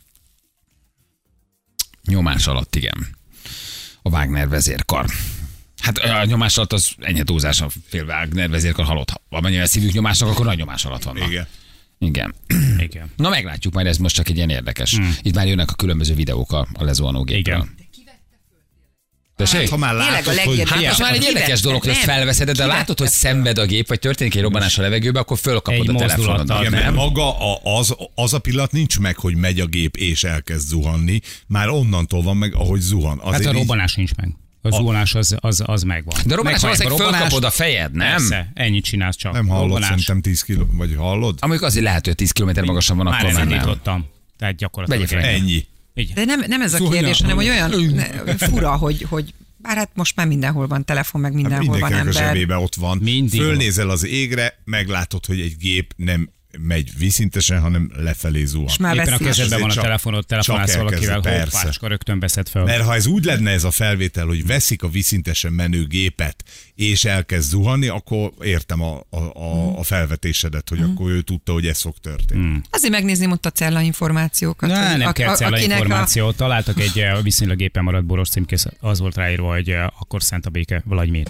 Nyomás alatt, igen. A Wagner vezérkar. Hát a nyomás alatt az ennyi túlzás, a fél Wagner vezérkar halott. Amennyivel szívük nyomásnak, akkor nagy nyomás alatt vannak. Igen. Igen. Igen. Na meglátjuk majd, ez most csak egy ilyen érdekes. Itt már jönnek a különböző videók a lezuhanógépről. Igen. Tessék? Ha már Tényleg látod, a hogy... legérdekesebb. Hát az már egy érdekes dolog, hogy ezt felveszed, de látod, hogy szenved a gép, vagy történik egy robbanás a levegőbe, akkor fölkapod Egy a telefonod. mozdulattal. Igen, mert Nem? maga az a pillanat nincs meg, hogy megy a gép és elkezd zuhanni. Már onnantól van meg, ahogy zuhan. Hát Azért a így- robbanás nincs meg. A zuhanás az megvan. De a robbanás valószínűleg fölkapod a fejed, nem? Persze, ennyit csinálsz csak. Nem hallod, Robbanás. szerintem 10 kiló, vagy hallod? Amikor azért lehet, hogy 10 km magasan van, Már akkor nem. elindítottam. Tehát gyakorlatilag. Vegyél fel. Ennyi. Igen. De nem ez a Szóval kérdés, hanem hogy olyan Szúnya. fura, hogy bár hát most már mindenhol van telefon, meg Hát mindenhol van mindenkinek a ember. zsebébe ott van. Mindig Fölnézel az égre, meglátod, hogy egy gép nem megy vízszintesen, hanem lefelé zuhan. És már Éppen a veszi. kezedben van a Csak- telefonod, telefonálsz csak valakivel, elkezded, persze. hoppácska, rögtön veszed fel. Mert ha ez úgy lenne ez a felvétel, hogy veszik a vízszintesen menő gépet, és elkezd zuhanni, akkor értem a felvetésedet, hogy akkor ő tudta, hogy ez fog történni. Azért megnézném ott a cella információkat. Ne, hogy nem kell cella akinek információt. Találtak egy viszonylag éppen maradt boros címkész, az volt ráírva, hogy akkor szent a béke, Vladimir.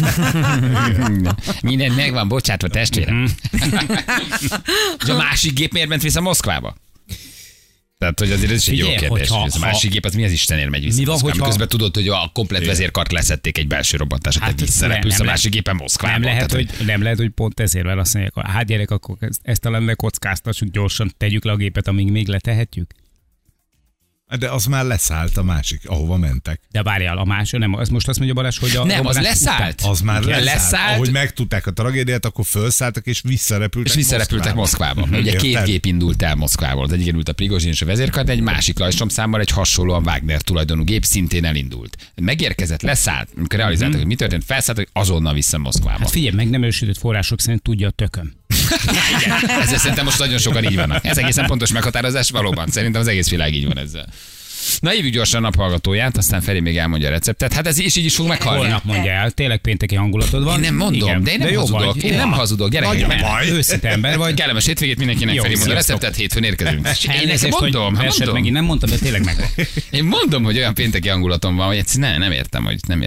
Minden megvan, bocsátva testvérem. És a másik gép miért ment vissza Moszkvába? Tehát, hogy azért ez is egy jó Figyelj, kérdés. hogyha- Hogy ez a másik gép, az mi az Istenért megy vissza Mi van, Moszkvába? hogyha- Miközben tudod, hogy a komplet vezérkart leszették egy belső robbantásra, Hát te visszarepülsz a nem másik gépen Moszkvába. Nem lehet, Tehát, hogy, nem lehet, hogy pont ezért, mert azt mondják, hát gyerek, akkor ezt talán ne kockáztassuk, gyorsan tegyük le a gépet, amíg még letehetjük. De az már leszállt a másik, ahova mentek. De várjál, a másik, nem, az most azt mondja Balázs, hogy a Nem, az robbanás leszállt. Az már Igen, leszállt. Ahogy megtudták a tragédiát, akkor felszálltak és visszarepültek. És visszarepültek Moszkvába. Ugye két Érted? gép indult el Moszkvából. Az egyik ült a Prigozsin és a vezérkar, de egy másik lajstromszámmal egy hasonlóan Wagner tulajdonú gép szintén elindult. Megérkezett, leszállt, amikor realizáltak, hogy mi történt, felszálltak, azonnal vissza Moszkvába. Hát figyelj, meg nem erősített források szerint tudja a tököm. Igen, ezzel szerintem most nagyon sokan így vannak. Ez egészen pontos meghatározás, valóban. Szerintem az egész világ így van ezzel. Na, hívjuk gyorsan a naphallgatóját, aztán Feri még elmondja a receptet. Hát ez is így is fog meghalni. Holnap mondja el, tényleg pénteki hangulatod van. Én nem mondom, igen. de én nem jó hazudok. vagy. Én nem hazudok, gyerekek. Őszinte ember vagy. Kellemes hétvégét mindenkinek, Jó, Feri mondja a sziasztok. receptet, hétfőn érkezünk. Én Elnézést, hogy mondom, verset megint nem mondtam, de tényleg meg. Én mondom, hogy olyan pénteki hangulatom van, hogy egyszerűen nem értem, hogy mi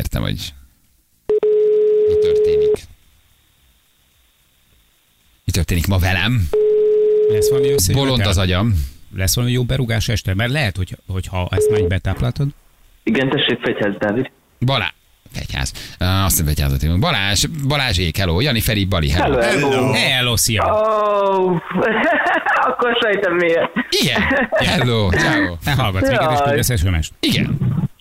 történik. Mi történik ma velem? Lesz valami össze. Bolond az agyam. Lesz valami jó berúgás este, mert lehet, hogyha ezt már így betápláltad. Igen, tessék, Fegyház Dávid. Fegyház. Azt nem Fegyházat hívunk. Balázsék, hello. Jani, Feri, Bali, hello. Hello, szia. Akkor sejtem miért. Igen. Hello, ciao. Ne hallgatsz minket, és küldesz SMS-t. Igen.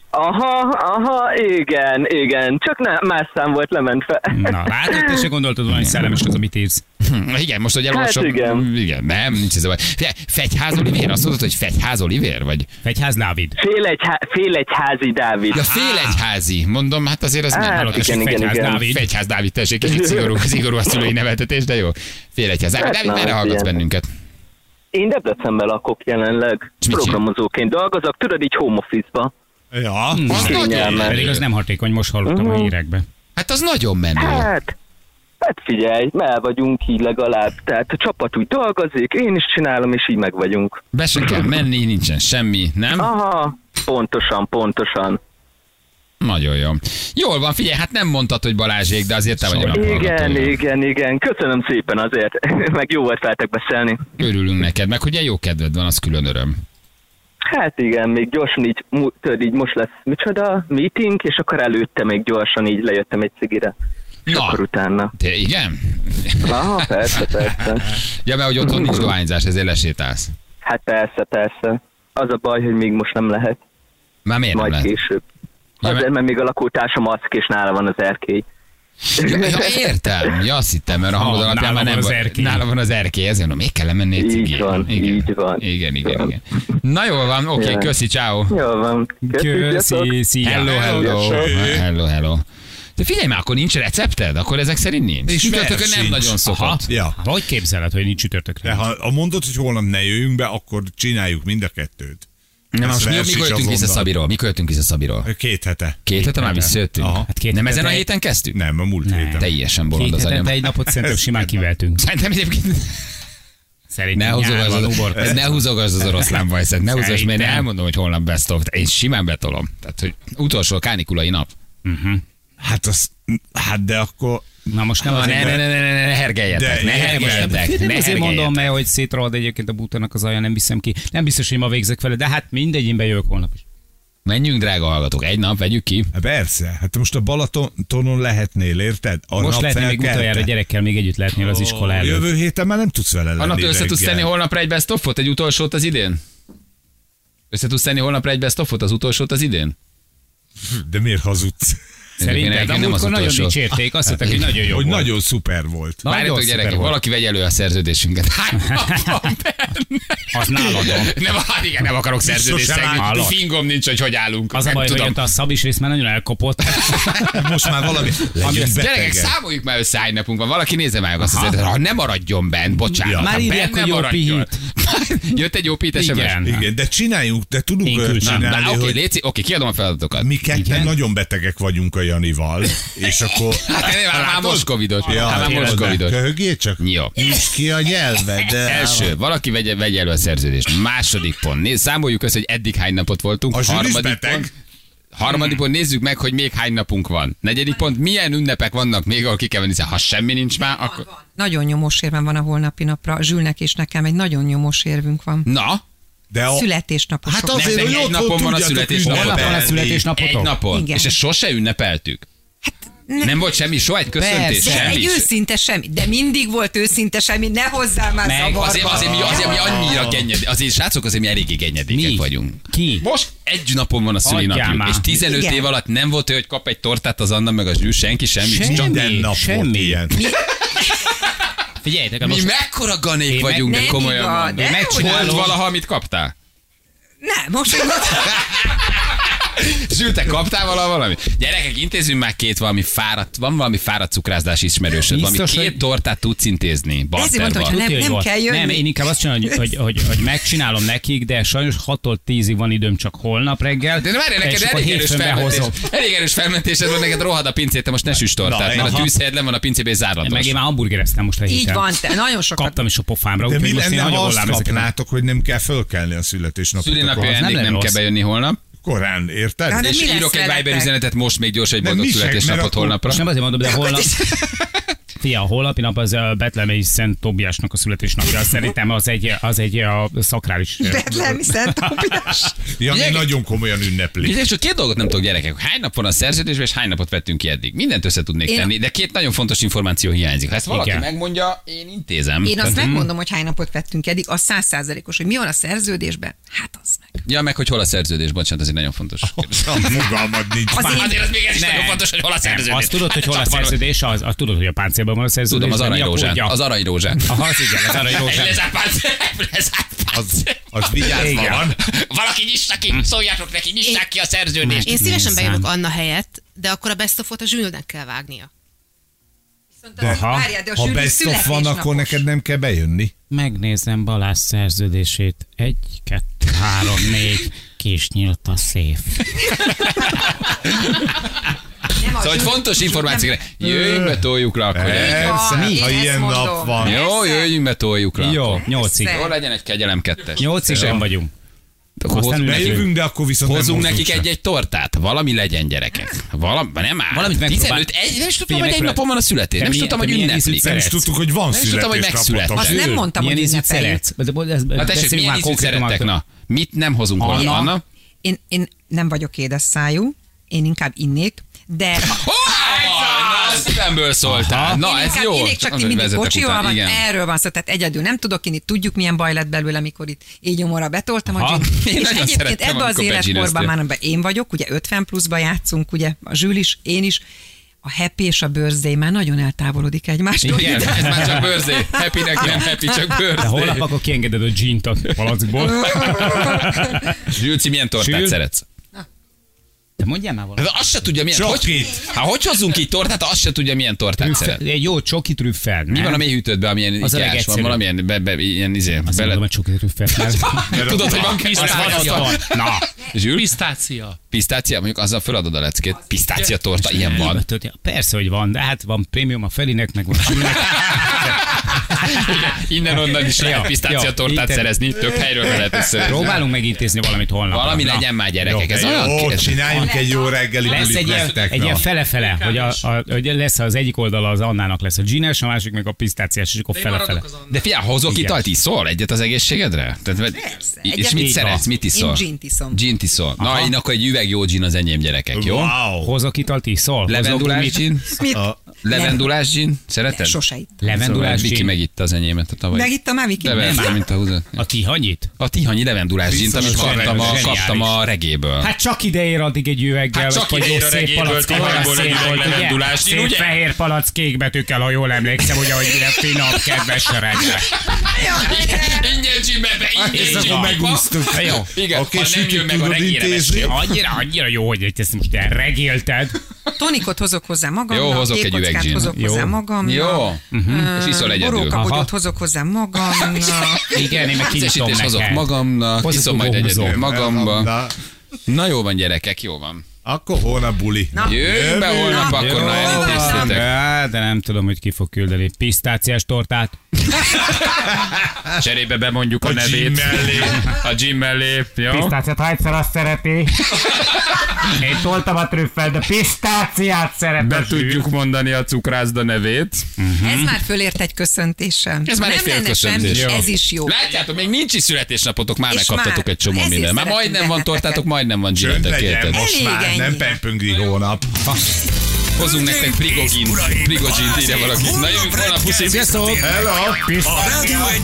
Aha, igen. Csak más szám volt lementve. Na, látod, te se gondoltad volna, hogy szellemes az, amit írsz. Igen, most, hogy elolvasom. Hát igen. Nem, nincs ez a baj. Fegyház Olivér? Azt mondod, hogy Fegyház Olivér? Vagy? Fegyház Dávid. Félegyházi Dávid. Ja, félegyházi. Mondom, hát azért az nem. Hát, igen. Fegyház Dávid, tessék, kicsit szigorú a szülői nevetetés, de jó. Félegyház. Dávid, merre hallgatsz bennünket? Én Debrecenben lakok jelenleg. mit Programozóként dolgozok, tudod, így home office-ba. Ja. Az nagyon Pedig az nem hatékony, most hallottam a hírekbe. Hát az nagyon menő. Hát figyelj, el vagyunk így legalább. Tehát a csapat úgy dolgozik, én is csinálom, és így meg vagyunk. Be sem kell menni, nincsen semmi, nem? Aha, pontosan. Nagyon jó. Jól van, figyelj, hát nem mondtad, hogy Balázsék, de azért te vagy a naphallgatója. Igen. Köszönöm szépen azért. Meg jó volt veletek beszélni. Örülünk neked, meg ugye jó kedved van, az külön öröm. Hát igen, még gyorsan így most lesz micsoda meeting, és akkor előtte még gyorsan így lejöttem egy cigire. És akkor utána. Te igen? Aha, persze. Ja, mert hogy otthon nincs dohányzás, ezért lesétálsz. Hát persze. Az a baj, hogy még most nem lehet. Már miért Majd nem lehet? később. Ja, Azért, mert még a lakótársam maszk, és nála van az erkély. Ja, értem. Ja, azt hittem, mert a hangod alapján már nem van. Nála van az erkély, ezért mondom, még kell lemenni egy cigi. Így van. Igen. Na jól van, oké, köszi, ciao. Jól van. Köszi, szia. Hello. De figyelj már, akkor nincs recepted? Akkor ezek szerint nincs. És Csütörtökön nem sincs. nagyon szokott. Ja. Hogy képzeled, hogy nincs csütörtökre? De ha mondod, hogy holnap ne jöjjünk be, akkor csináljuk mind a kettőt. Nem, most vers is mikor jöttünk vissza azonnal. Szabiról? Mikor jöttünk vissza Szabiról? 2 hete. 2 hete már visszajöttünk? Aha. Hát 2 Nem hete ezen a te- héten kezdtük? Nem, a múlt héten. Teljesen bolond 2 az agyam. hetente egy napot szerintem simán kiveltünk. Szerintem egyébként Szerintem ne húzogasd az oroszlán bajszet, ne húzogasd, mert én Szerintem. elmondom, hogy holnap best of. Én simán betolom. Tehát, hogy utolsó kánikulai nap. Hát de akkor... Na most nem az Ne hergeljetek, De ne hergeljetek, ne Azért mondom, hergeljetek. mert hogy szétrohad egyébként a bútanak az alja, nem viszem ki. Nem biztos, hogy ma végzek vele, de hát mindegy, én bejövök holnap is. Menjünk, drága hallgatók, egy nap, vegyük ki. Hát persze, hát most a Balatonon lehetnél, érted? A Most nap lehetne még felkelte. utoljára gyerekkel még együtt lehetnél az iskola előtt. Jövő héten már nem tudsz vele lenni. Annak össze tudsz reggel. tenni holnapra egy best of-ot, egy utolsót az idén? Össze tudsz tenni holnapra egy best of-ot, az utolsót az idén? De miért hazudsz? Szerinted, Nekem de nem az múltkor nagyon utolsó. dicsérték, azt mondták, hogy nagyon jó Hogy volt. nagyon szuper volt. Várjatok, szuper gyerekek, volt. valaki vegye elő a szerződésünket. Hány nap van benne? Az nálad van. Igen, nem akarok szerződést Sosem szegni. állott. Fingom nincs, hogy állunk. Az a Nem baj, hogy tudom. ott a Szabis rész már nagyon elkopott. Most már valami... Legyünk Gyerekek, betegek. számoljuk már össze, hány napunk van. Valaki nézze meg azt azért, ha nem maradjon bent, bocsánat. Már ha írják, benne hogy jó maradjon. Jött egy jó pít SMS? Igen. Igen, de csináljuk, de tudunk Én olyat küldtem. csinálni, Na, oké, hogy Léci, oké, kiadom a feladatokat. mi ketten nagyon betegek vagyunk a Janival, és akkor... Hát már most covidos. Ja, Hát már most covidos. Köhögjél csak. Jó. Nyisd ki a nyelved. De Első, valaki vegye elő a szerződést. Második pont. Számoljuk össze, hogy eddig hány napot voltunk. A zsűri is beteg. Harmadik pont, nézzük meg, hogy még hány napunk van. Negyedik pont, milyen ünnepek vannak még, ahol ki kell venni. Ha semmi nincs már, akkor... Nagyon nyomós érvem van a holnapi napra. Zsülnek és nekem egy nagyon nyomós érvünk van. Na, De a... Születésnaposok. Hát azért, de hogy egy otthon napon van a tudjatok születésnapot. Holnap van a ünnepelni. születésnapotok? egy napon. Igen. És ezt sose ünnepeltük. Nem volt semmi, soha egy köszöntés, Persze, semmi. egy őszinte semmi. De mindig volt őszinte semmi, ne hozzá már Meg zavarba. Azért mi annyira genyedik. Azért srácok, azért mi eléggé genyedékek Mi? vagyunk. Ki? Most egy napon van a Adjál szülinapjuk, már. és 15 Igen. év alatt nem volt olyan, hogy kap egy tortát az Anna meg a Zsű, senki, semmi. Csak Minden nap volt semmi. ilyen. Figyeljetek, mi most mekkora ganék Én vagyunk, de nem komolyan igaz, mondom. de Volt hogy valaha, amit kaptál? Nem, most Zsül, te kaptál valami? Gyerekek, intézzünk már van valami fáradt cukrázdás ismerősöd, valami Biztos, 2 tortát tudsz intézni, Ezért mondtam, hogy barterba. nem kell jönni. Nem, én inkább azt csinálom, hogy megcsinálom nekik, de sajnos 6-tól 10-ig van időm csak holnap reggel. De várj, neked és akkor elég erős felmentésed van, neked rohad a pincét, te most ne süss tortát, mert a tűzhelyed nem van a pincében, és zárlatos. Meg én már hamburgereztem most a héten. Így van, te nagyon sokat. Kaptam is a pofámra. De úgyhogy mi most én lenne, ha azt anyagollám ezeket. kapnátok, hogy nem kell fölkelni a születésnapotokon? Szülinapja nem ajándék, lenne nem kell rossz. bejönni holnap. Korán, érted? Hát, de És mi lesz írok egy veletek? Viber üzenetet most még gyorsan, hogy Nem, boldog mi sem, születésnapot mert akkor- holnapra. Most nem azért mondom, de holnap... Fia, a holnapi nap az a Betlehemi Szent Tobiásnak a születésnapja. Szerintem az egy a szakrális... Betlehemi Szent Tobiás. Ja, mi Gyerek- nagyon komolyan ünneplik. Ugye csak 2 dolgot nem tudok, gyerekek. Hány nap van a szerződésben, és hány napot vettünk ki eddig? Mindent össze tudnék Én- tenni, de 2 nagyon fontos információ hiányzik. Ha ezt valaki Igen. megmondja, én intézem. Én azt megmondom, hogy hány napot vettünk eddig, az 100%-os, hogy mi van a szerződésben, hát az meg. Ja, meg hogy hol a szerződés, bocsánat, ez egy nagyon fontos. Fogalmad nincs. Azért az még ez is Nem. nagyon fontos, hogy hol a szerződés. Azt tudod, hogy Hát hol a csak van, szerződés, az tudod, hogy a páncélban van a szerződés. Tudom, az de mi a aranyrózsán. kódja? Az aranyrózsán. Aha, az igen, az Egy aranyrózsán. lezárt páncél, lezárt páncél. Az vigyázva Igen. van. Valaki nyissa ki, szóljátok neki, nyissák ki a szerződést. Én szívesen Nézzem. bejövök Anna helyett, de akkor a best of-ot a Zsülnek kell vágnia. De Várjál, de a ha Zsüli best of van, születésnapos. akkor neked nem kell bejönni. Megnézem Balázs szerződését. 1, 2, 3, 4. Ki is nyílt a széf. Nem a Szóval, hogy Zsüli- fontos információk. Jöjjünk be, toljuk le akkor. gyerekek. Persze, én ha ezt ilyen mondom. nap van. Jó, jöjjünk be, toljuk le. Jó, akkor. 8-ig. Persze. Jó, legyen egy kegyelem 2-es. 8-ig sem vagyunk. Akkor Aztán hozzunk ülünk. Bejövünk, de akkor viszont nem Hozzunk mozdulsz nekik se. egy tortát. Valami legyen, gyerekek. Nem áll. Valamit megpróbál- 15, nem is tudtam, Figyelj, hogy egy megpróbál- napon van a születés. Nem is milyen- tudtam, hogy te milyen ünneplik. ízűt Nem is szeretsz? tudtuk, hogy van Nem is tudtam, hogy születésnapotok. Azt nem mondtam, Milyen hogy ízűt ünnepeljük. szeretsz? Na tessék, milyen ízűt szerettek? Na, mit nem hozunk volna, Anna? Én nem vagyok édes szájú, én inkább innék, de A szívemből szóltál. Na, én ez inkább jó. innék, csak ti Azért mindig vezetek kocsival után, van, igen. erről van szó, tehát egyedül nem tudok inni, tudjuk milyen baj lett belőle, amikor itt így nyomorra betoltam a Aha. gin. Én És nagyon egyébként szerettem, ebbe az amikor életkorban begzineztél. már amiben én vagyok, ugye 50 pluszba játszunk, ugye a Zsül is, én is, a happy és a birthday már nagyon eltávolodik egymástól. Igen, ez már csak birthday. Happy-nek nem happy, csak De holnap birthday. akkor kiengeded a gint a palackból. Zsülci, milyen tortát Zsül? szeretsz? De mondjál már valamit. Hát azt se tudja, milyen. Csokit. Hogy hozzunk így tortát, azt se tudja, milyen tortát szeret. Egy jó csoki trüffel. Mi van a mélyhűtődben, amilyen Az a ikás van, legegyszerűbb. valamilyen ilyen Azt mondom, hogy csoki trüffel. Tudod, hogy van pisztácia. Na, Zsül? Pisztácia. Pisztácia? Mondjuk azzal feladod a leckét. Pisztácia torta, ilyen van. Persze, hogy van, de hát van prémium a Felinek, meg van a Zsülnek. Innen-onnan is lehet Jó, pisztácia jó, tortát így- szerezni, több helyről be lehet összerezni. Próbálunk megintézni valamit holnap. Valami legyen már, gyerekek. Ez olyan Jó, kérdés. csináljunk egy jó reggeli Lesz bulit egy ilyen, nektek. egy na. ilyen fele-fele, hogy lesz az egyik oldala az Annának lesz a gines, a másik meg a pisztáciás, és akkor Én fele-fele. maradok az Anna. De figyelj, hozok Igen. italt, iszol egyet az egészségedre? Tehát, Persze, és egyet mit így szeretsz? van. Mit iszol? Én gint iszom. Gint iszol. Na, Aha. én akkor egy üveg jó gin az enyém, gyerekek, jó? Wow. Hozok italt, iszol? Levendulás gin? Mit? Levendulás gin? Szereted? Sose itt. Levendulás Viki gin? megitta az enyémet a tavaly. Megittam már, Viki? Levendulás, mint a húzat. A tihanyit? A tihanyi levendulás gint, amit Biztos, kaptam a regéből. Hát csak ide ér addig egy üveggel, Hát csak vagy ide jó ér a szép regéből, palack, tihanyból szép egy volt, ugye? levendulás gin, Szép ugye? fehér palack kék betűkkel, ha jól emlékszem, ugye, hogy mire finom, kedves reggel. Ingyen gymbe be, És ingyen akkor gymbe. megúsztuk. Jó. Igen, Oké, ha nem sütit jön meg a tudod regére intézni? vessél. Annyira jó, hogy ezt most elregélted. Tonikot hozok hozzá magamnak, Jó, hozok egy gépkockát üveg gin. hozok Jó. hozzá magamnak. Jó. És iszol egyedül. Borókabogyót Aha. hozok hozzá magamnak. Igen, én meg kinyitom Ízesítés hozok neked. magamnak, Hozok iszom majd húzom. egyedül magamba. Na, Na jó van, gyerekek, jó van. akkor holnap buli. Na. Jöjjünk be holnap, Na, akkor jó na elintéztétek. De nem tudom, hogy ki fog küldeni pisztáciás tortát. Cserébe bemondjuk a A nevét. gym mellé. A gym mellé. Jó? Pisztáciát hányszor azt szereti? Én toltam a trüffel, de pisztáciát szeret. Be tudjuk mondani a cukrászda nevét. Ez már fölért egy köszöntéssel. Ez már Ha egy nem fél lenne köszöntés. semmi, Jó. ez is jó. Látjátok, még nincs is születésnapotok, már És megkaptatok már. egy csomó Ezért minden. Már szeretünk majdnem van tortátok, benneteket. majdnem van Csönd gyiletek, legyen érted? most Elég már, ennyi. nem pempöngri hónap. Hozunk nektek prigogint, írja valaki. Na jövünk holnap, puszi. Hello! A Rádió